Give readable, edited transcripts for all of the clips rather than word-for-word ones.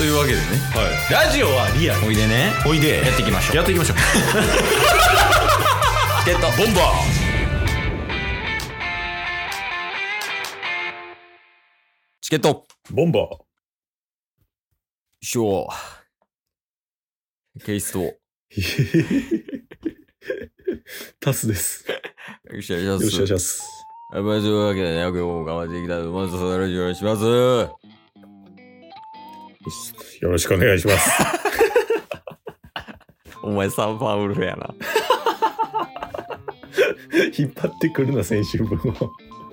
というわけでね、 ラジオはリアル。 おいでね、 おいでやっていきましょう。 やっていきましょう。 チケットボンバー。チケットボンバー。 ショーケイストタスです。 よろしくお願いします。 よろしくお願いします。 というわけでね、今日も頑張っていきたいと思います。よろしくお願いします。 よろしくお願いします。 お前サンファンウルフやな。 引っ張ってくるな、先週分を。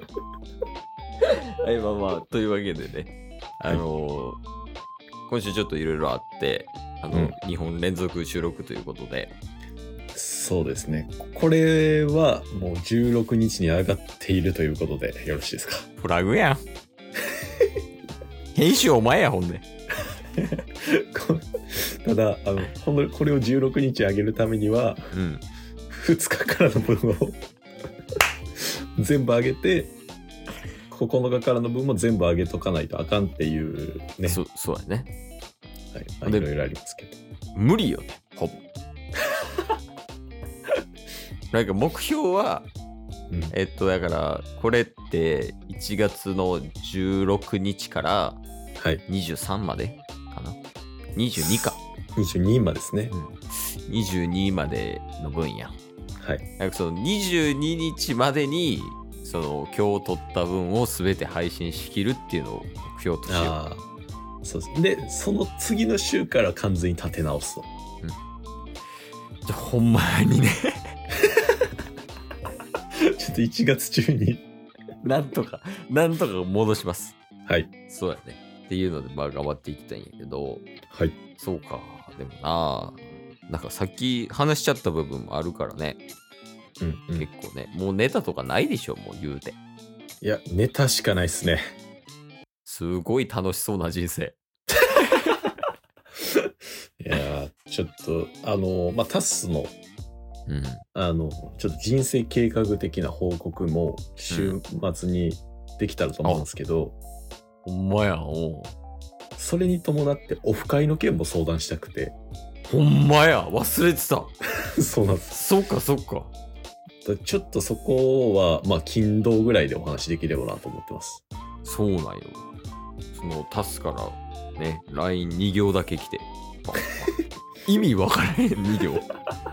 はい、まあまあ、というわけでね、今週ちょっといろいろあって、2本連続収録ということで。 そうですね。これはもう16日に上がっているということでよろしいですか？ プラグやん。編集お前や、ほんで。 ただこれを16日上げるためには、2日からの分を全部上げて、9日からの分も全部上げとかないとあかんっていうね。 そうやね。 はい、いろいろありますけど。 無理よね、ほぼ。なんか目標は、だからこれって1月の16日から23までかな、22か 22までですね、 22までの分や。 はい。 なんかその22日までにその今日撮った分を全て配信しきるっていうのを目標としよう。そうです。でその次の週から完全に立て直すと。 じゃあほんまにね。 ちょっと1月中になんとか戻します。 はい。 そうやね。っていうのでまあ頑張っていきたいんやけど。 はい。 そうか。でもなんかさっき話しちゃった部分もあるからね。結構ね。もうネタとかないでしょ、もう言うて。 いや、ネタしかないっすね。 すごい楽しそうな人生。 いやちょっとタッスのちょっと人生計画的な報告も週末にできたらと思うんですけど、 ほんまや。 それに伴ってオフ会の件も相談したくて。 ほんまや、忘れてた。 そうなんです。 そっかちょっとそこは金土ぐらいでお話できればなと思ってます。 そうなんよ。そのタスからね LINE2 行だけ来て意味わからへん2行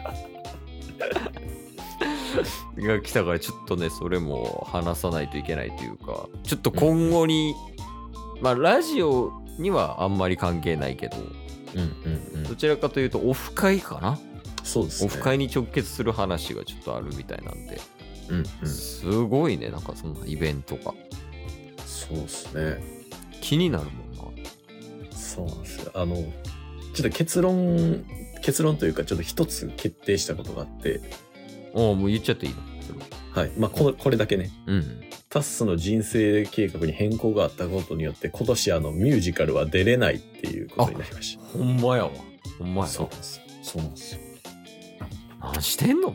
が来たから、ちょっとねそれも話さないといけないというか、ちょっと今後に、ラジオにはあんまり関係ないけど、どちらかというとオフ会かな。 そうですね。 オフ会に直結する話がちょっとあるみたいなんで、すごいね、なんかそんなイベントが。 そうですね。 気になるもんな。そうなんですよ。ちょっと結論というか、ちょっと一つ決定したことがあって。 もう言っちゃっていいの？ はい。これだけね。タッスの人生計画に変更があったことによって、今年ミュージカルは出れないっていうことになりました。 ほんまやわ。ほんまや。 そうなんですよ。 何してんの？も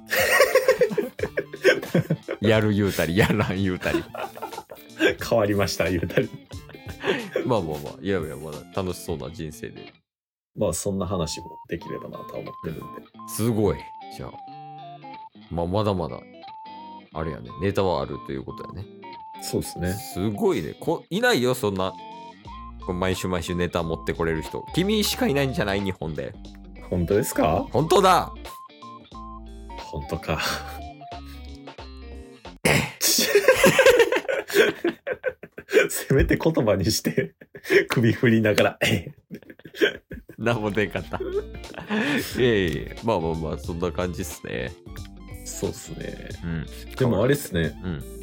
うやる言うたりやらん言うたり変わりました言うたりまあいやまだ楽しそうな人生で、 そんな話もできればなと思ってるんで。 すごい。じゃあまだまだあれやね、ネタはあるということやね。 そうですね。 すごいね。いないよ、そんな毎週ネタ持ってこれる人。君しかいないんじゃない？日本で。 本当ですか？ 本当だ。 本当か。せめて言葉にして首振りながら何も出んかった。まあそんな感じっすね。 そうっすね。でもあれっすね。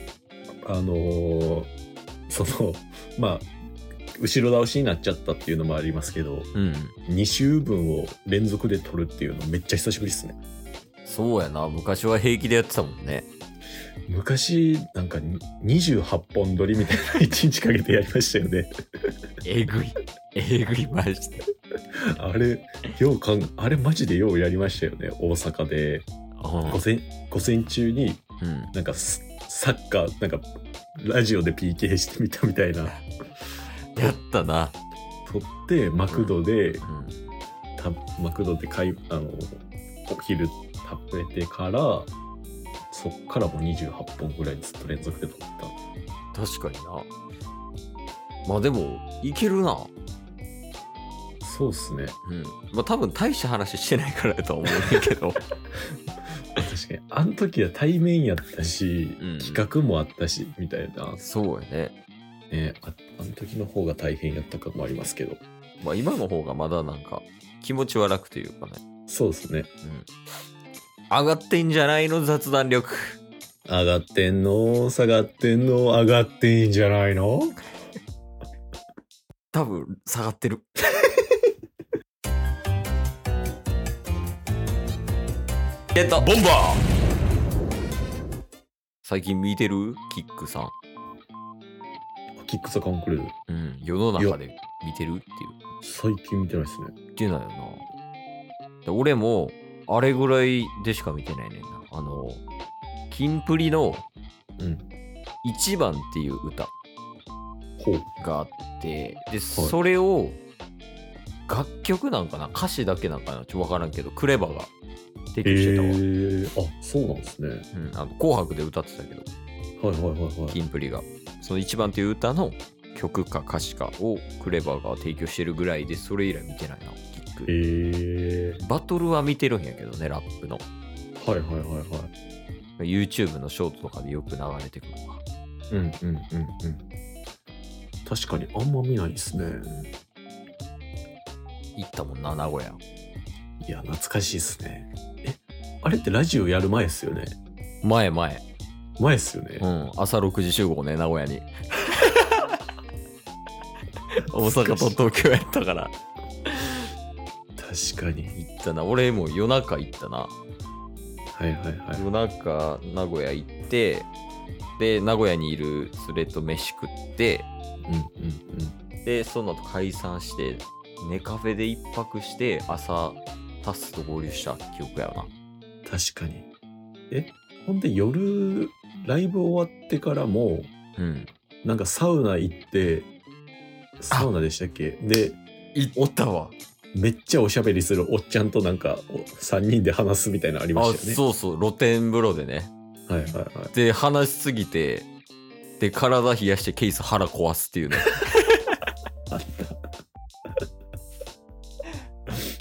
後ろ倒しになっちゃったっていうのもありますけど、2週分を連続で撮るっていうのめっちゃ久しぶりっすね。 そうやな。昔は平気でやってたもんね。 昔なんか28本撮りみたいな1日かけてやりましたよね。えぐいマジで。あれマジでようやりましたよね。大阪で午前中になんかサッカーなんかラジオで PK してみたみたいな。 やったな。 取ってマクドで、マクドでお昼食べてからそっからもう28本ぐらいずっと連続で取った。 確かにな。まあでもいけるな。 そうっすね。 まあ多分大した話してないからだと思うんだけど。確かにあの時は対面やったし、企画もあったしみたいな。 そうやね。 あの時の方が大変やったかもありますけど。 まあ今の方がまだなんか気持ちは楽というかね。 そうですね。 上がってんじゃないの雑談力。 上がってんの下がってんの上がってんじゃないの。 多分下がってる。ボンバー。最近見てるキックさん。 キックザカンクルーズ。 世の中で見てるっていう。 最近見てないですね。 見てないよな。俺もあれぐらいでしか見てないねんな。キンプリの1番っていう歌があって、で、それを楽曲なんかな、歌詞だけなんかな、ちょっとわからんけど、クレバが提供してたわ。 あ、そうなんですね。 紅白で歌ってたけど、キンプリがその1番っていう歌の曲か歌詞かをクレバが提供してるぐらいで、それ以来見てないな、キック。バトルは見てるんやけどね、ラップの。YouTube のショートとかでよく流れてくるわ。 確かにあんま見ないですね。 行ったもんな、名古屋。 いや、懐かしいっすね。あれってラジオやる前っすよね。 前っすよね。 朝6時集合ね、名古屋に。大阪と東京やったから。 確かに。 行ったな。俺も夜中行ったな。夜中、名古屋行って、で、名古屋にいる連れと飯食って、で、その後解散して、ネカフェで一泊して、朝、タスと合流した記憶やな。 確かに。ほんで夜、ライブ終わってからも、なんかサウナ行って、サウナでしたっけで、 おったわ。 めっちゃおしゃべりするおっちゃんとなんか3人で話すみたいなのありましたよね。 そうそう、露天風呂でね。で、話しすぎて、で、体冷やしてケース腹壊すっていうね。 あった。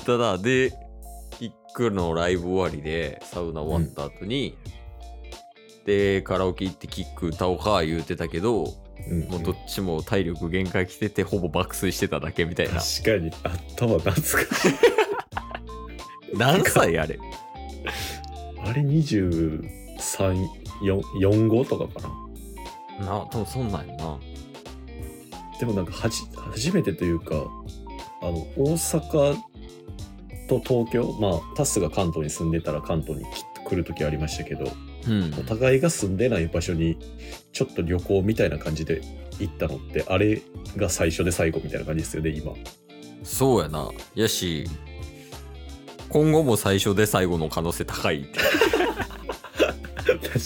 ただ、で、キックのライブ終わりで、サウナ終わった後に、で、カラオケ行ってキック歌おうか言うてたけど、もうどっちも体力限界来てて、ほぼ爆睡してただけみたいな。 確かに、あったわ、懐かしい。 何歳あれ？ あれ23、45とかかな。 多分そんなんやな。 でもなんか初めてというか、大阪と東京、タスが関東に住んでたら関東に来る時ありましたけど、お互いが住んでない場所にちょっと旅行みたいな感じで行ったのって、あれが最初で最後みたいな感じですよね、今。 そうやな。やし、今後も最初で最後の可能性高い。 確か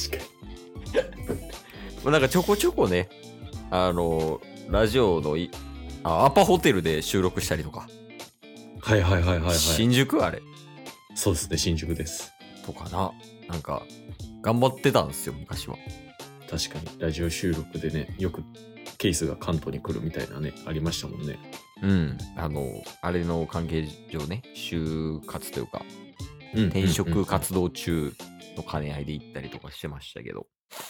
に。なんかちょこちょこね、ラジオのアパホテルで収録したりとか。新宿あれ。 そうですね、新宿です。 とかな。なんか、頑張ってたんですよ、昔は。 確かに、ラジオ収録でね、よくケースが関東に来るみたいなね、ありましたもんね。 あれの関係上ね、就活というか、転職活動中の兼ね合いで行ったりとかしてましたけど。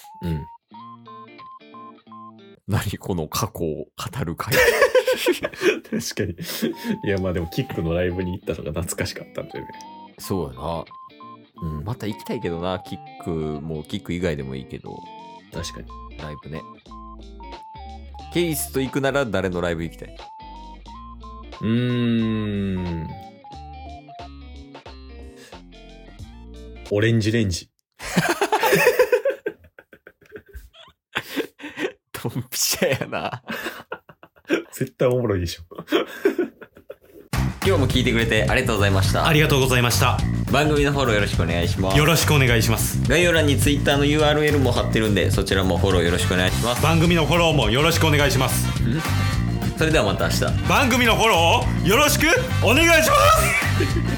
何この過去を語る会。 確かに。いや、でもキックのライブに行ったのが懐かしかったんでね。 そうやな。また行きたいけどな、キック以外でもいいけど。 確かに。 ライブね。ケイスと行くなら誰のライブ行きたい？ オレンジレンジ。 ドンピシャやな。 絶対おもろいでしょ。 今日も聞いてくれてありがとうございました。 ありがとうございました。 番組のフォローよろしくお願いします。 よろしくお願いします。 概要欄に Twitter の URL も貼ってるんで、そちらもフォローよろしくお願いします。 番組のフォローもよろしくお願いします。 それではまた明日番組のフォローをよろしくお願いします